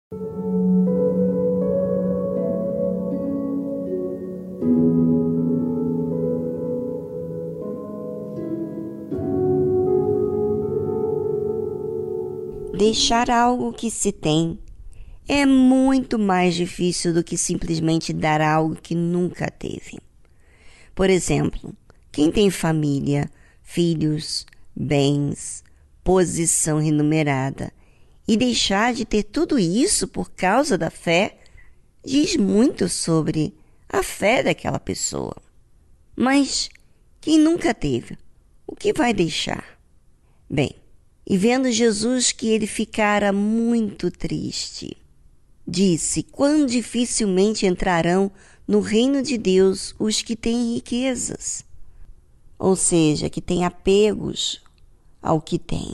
Deixar algo que se tem é muito mais difícil do que simplesmente dar algo que nunca teve. Por exemplo, quem tem família, filhos, bens, posição remunerada e deixar de ter tudo isso por causa da fé, diz muito sobre a fé daquela pessoa. Mas quem nunca teve, o que vai deixar? Bem, e vendo Jesus que ele ficara muito triste, disse: quão dificilmente entrarão no reino de Deus os que têm riquezas. Ou seja, que têm apegos ao que têm.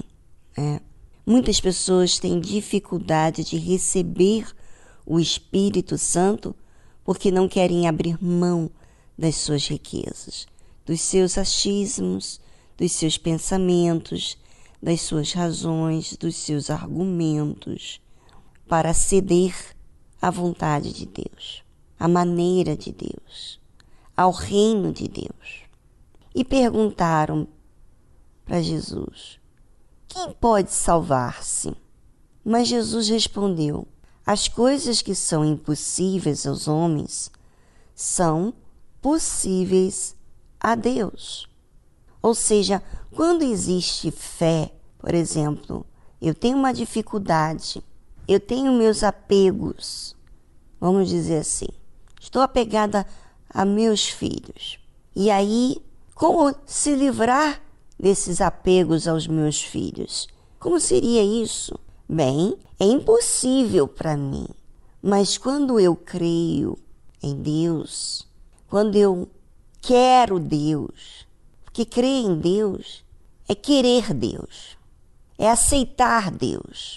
Muitas pessoas têm dificuldade de receber o Espírito Santo porque não querem abrir mão das suas riquezas, dos seus achismos, dos seus pensamentos, das suas razões, dos seus argumentos, para ceder à vontade de Deus, à maneira de Deus, ao reino de Deus. E perguntaram para Jesus: quem pode salvar-se? Mas Jesus respondeu: as coisas que são impossíveis aos homens são possíveis a Deus. Ou seja, quando existe fé, por exemplo, eu tenho uma dificuldade, eu tenho meus apegos, vamos dizer assim, estou apegada a meus filhos. E aí, como se livrar desses apegos aos meus filhos? Como seria isso? Bem, é impossível para mim, mas quando eu creio em Deus, quando eu quero Deus, porque crer em Deus é querer Deus, é aceitar Deus,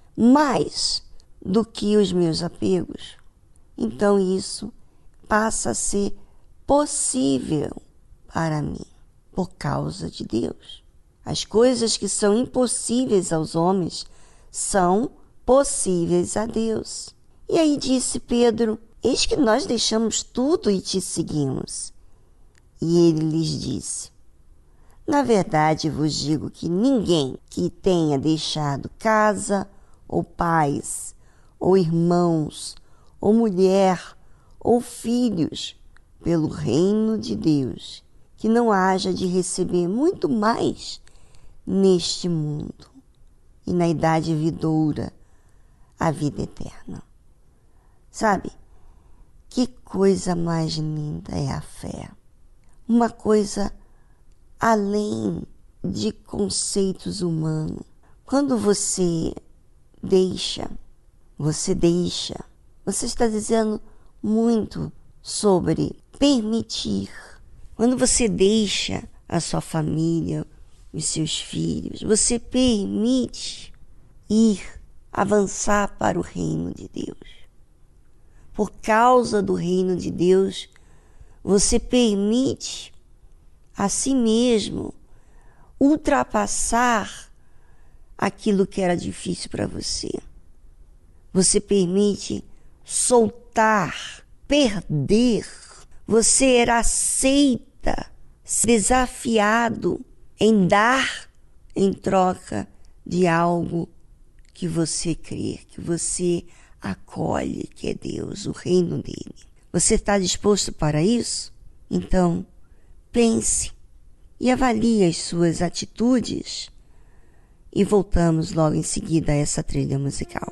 mais do que os meus apegos, então isso passa a ser possível para mim, por causa de Deus. As coisas que são impossíveis aos homens são possíveis a Deus. E aí disse Pedro: eis que nós deixamos tudo e te seguimos. E ele lhes disse: na verdade vos digo que ninguém que tenha deixado casa, ou pais, ou irmãos, ou mulher, ou filhos, pelo reino de Deus, que não haja de receber muito mais neste mundo e na idade vindoura a vida eterna. Sabe, que coisa mais linda é a fé. Uma coisa além de conceitos humanos. Quando você está dizendo muito sobre permitir. Quando você deixa a sua família, os seus filhos, você permite avançar para o reino de Deus. Por causa do reino de Deus, você permite a si mesmo ultrapassar aquilo que era difícil para você. Você permite soltar, perder. Você aceita ser desafiado em dar em troca de algo que você crê, que você acolhe, que é Deus, o reino dele. Você está disposto para isso? Então, pense e avalie as suas atitudes e voltamos logo em seguida a essa trilha musical.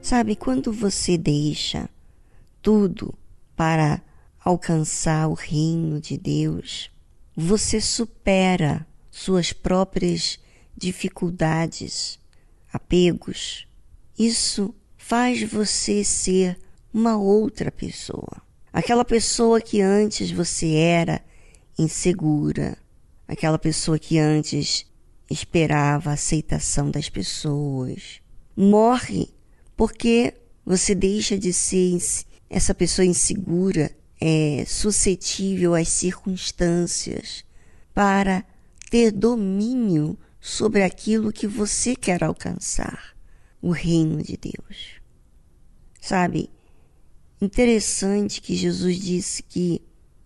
Sabe, quando você deixa tudo para alcançar o reino de Deus, você supera suas próprias dificuldades, apegos. Isso faz você ser uma outra pessoa. Aquela pessoa que antes você era insegura, aquela pessoa que antes esperava a aceitação das pessoas, morre porque você deixa de ser essa pessoa insegura, suscetível às circunstâncias, para ter domínio sobre aquilo que você quer alcançar, o reino de Deus. Sabe, interessante que Jesus disse que,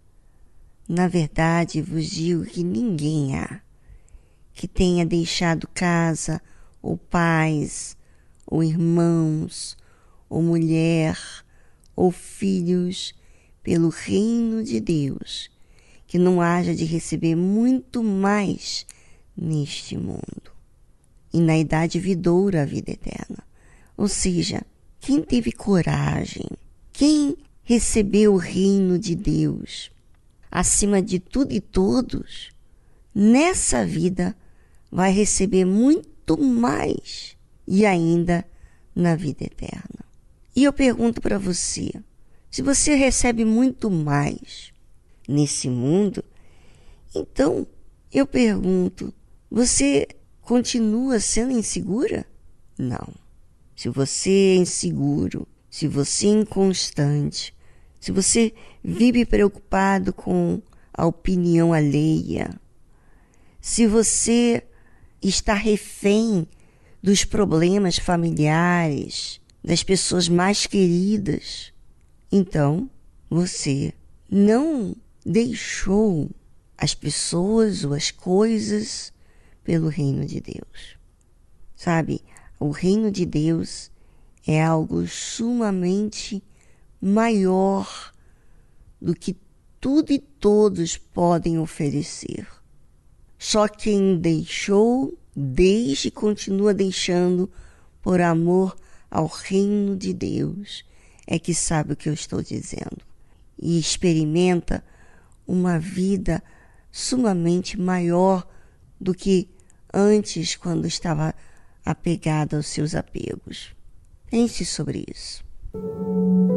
na verdade, vos digo que ninguém há que tenha deixado casa, ou pais, ou irmãos, ou mulher, ou filhos, pelo reino de Deus, que não haja de receber muito mais neste mundo, e na idade vindoura a vida eterna. Ou seja, quem teve coragem, quem recebeu o reino de Deus acima de tudo e todos, nessa vida vai receber muito mais e ainda na vida eterna. E eu pergunto para você, se você recebe muito mais nesse mundo, então eu pergunto, você continua sendo insegura? Não. Se você é inseguro, se você é inconstante, se você vive preocupado com a opinião alheia, se você está refém dos problemas familiares, das pessoas mais queridas, então você não deixou as pessoas ou as coisas pelo reino de Deus. Sabe, o reino de Deus é algo sumamente maior do que tudo e todos podem oferecer. Só quem deixou, deixa e continua deixando por amor ao reino de Deus é que sabe o que eu estou dizendo e experimenta uma vida sumamente maior do que antes, quando estava apegado aos seus apegos. Pense sobre isso.